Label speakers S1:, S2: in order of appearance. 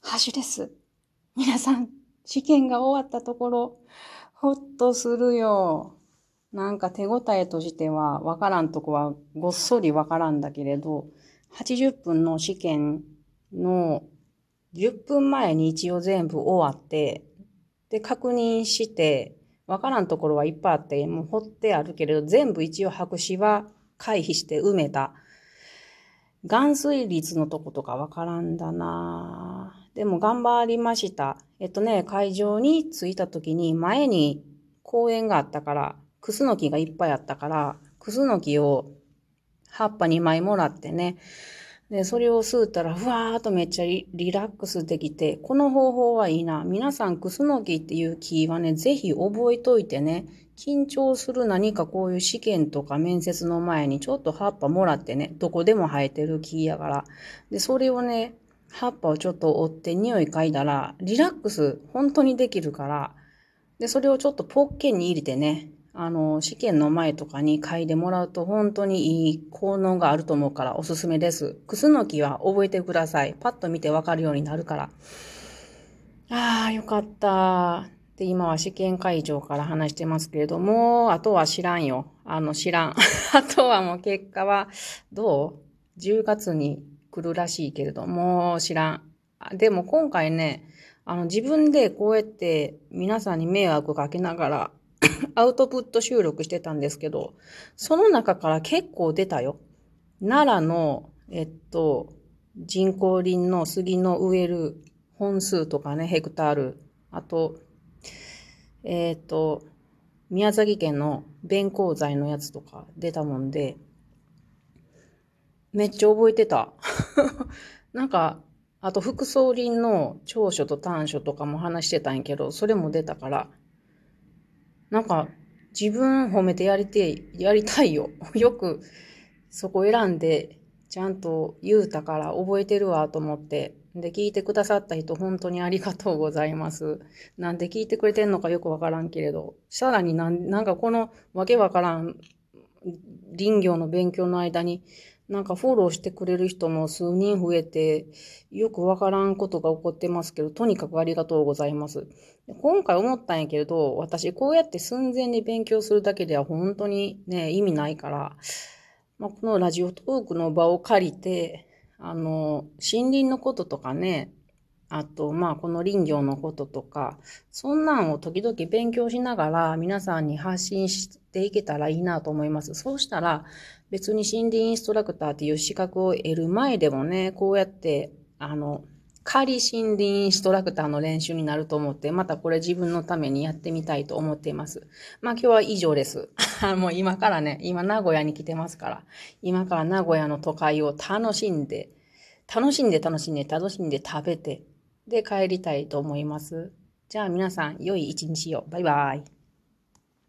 S1: 橋です。皆さん、試験が終わったところ、ほっとするよ。なんか手応えとしては、わからんとこはごっそりわからんだけれど、80分の試験の10分前に一応全部終わって、で、確認して、わからんところはいっぱいあって、もう掘ってあるけれど、全部一応白紙は回避して埋めた。含水率のとことかわからんだなぁ。でも頑張りました。会場に着いた時に前に公園があったから、クスノキがいっぱいあったから、クスノキを葉っぱ2枚もらってね。で、それを吸ったら、ふわーっとめっちゃリラックスできて、この方法はいいな。皆さん、クスノキっていう木はね、ぜひ覚えといてね。緊張する何かこういう試験とか面接の前にちょっと葉っぱもらってね、どこでも生えてる木やから。で、それをね、葉っぱをちょっと折って匂い嗅いだら、リラックス本当にできるから、で、それをちょっとポッケに入れてね、試験の前とかに嗅いでもらうと本当にいい効能があると思うからおすすめです。クスノキは覚えてください。パッと見てわかるようになるから。ああ、よかった。で、今は試験会場から話してますけれども、あとは知らんよ。知らん。あとはもう結果は、どう ?10 月に来るらしいけれども、知らん。でも今回ね、自分でこうやって皆さんに迷惑かけながらアウトプット収録してたんですけど、その中から結構出たよ。奈良の、人工林の杉の植える本数とかね、ヘクタール。あと、えっと、宮崎県の弁光材のやつとか出たもんで、めっちゃ覚えてた。なんか、あと副総林の長所と短所とかも話してたんやけど、それも出たから、なんか自分褒めてやりたいよ。よくそこ選んでちゃんと言うたから覚えてるわと思って。で、聞いてくださった人本当にありがとうございます。なんで聞いてくれてんのかよくわからんけれど。さらになんかこのわけわからん林業の勉強の間になんかフォローしてくれる人も数人増えて、よくわからんことが起こってますけど、とにかくありがとうございます。今回思ったんやけれど、私こうやって寸前に勉強するだけでは本当にね、意味ないから、このラジオトークの場を借りて、森林のこととかね、あと、この林業のこととか、そんなんを時々勉強しながら皆さんに発信していけたらいいなと思います。そうしたら、別に森林インストラクターっていう資格を得る前でもね、こうやって、仮森林インストラクターの練習になると思って、またこれ自分のためにやってみたいと思っています。今日は以上です。もう今からね、今名古屋に来てますから、今から名古屋の都会を楽しんで食べて、で帰りたいと思います。じゃあ皆さん、良い一日を。バイバイ。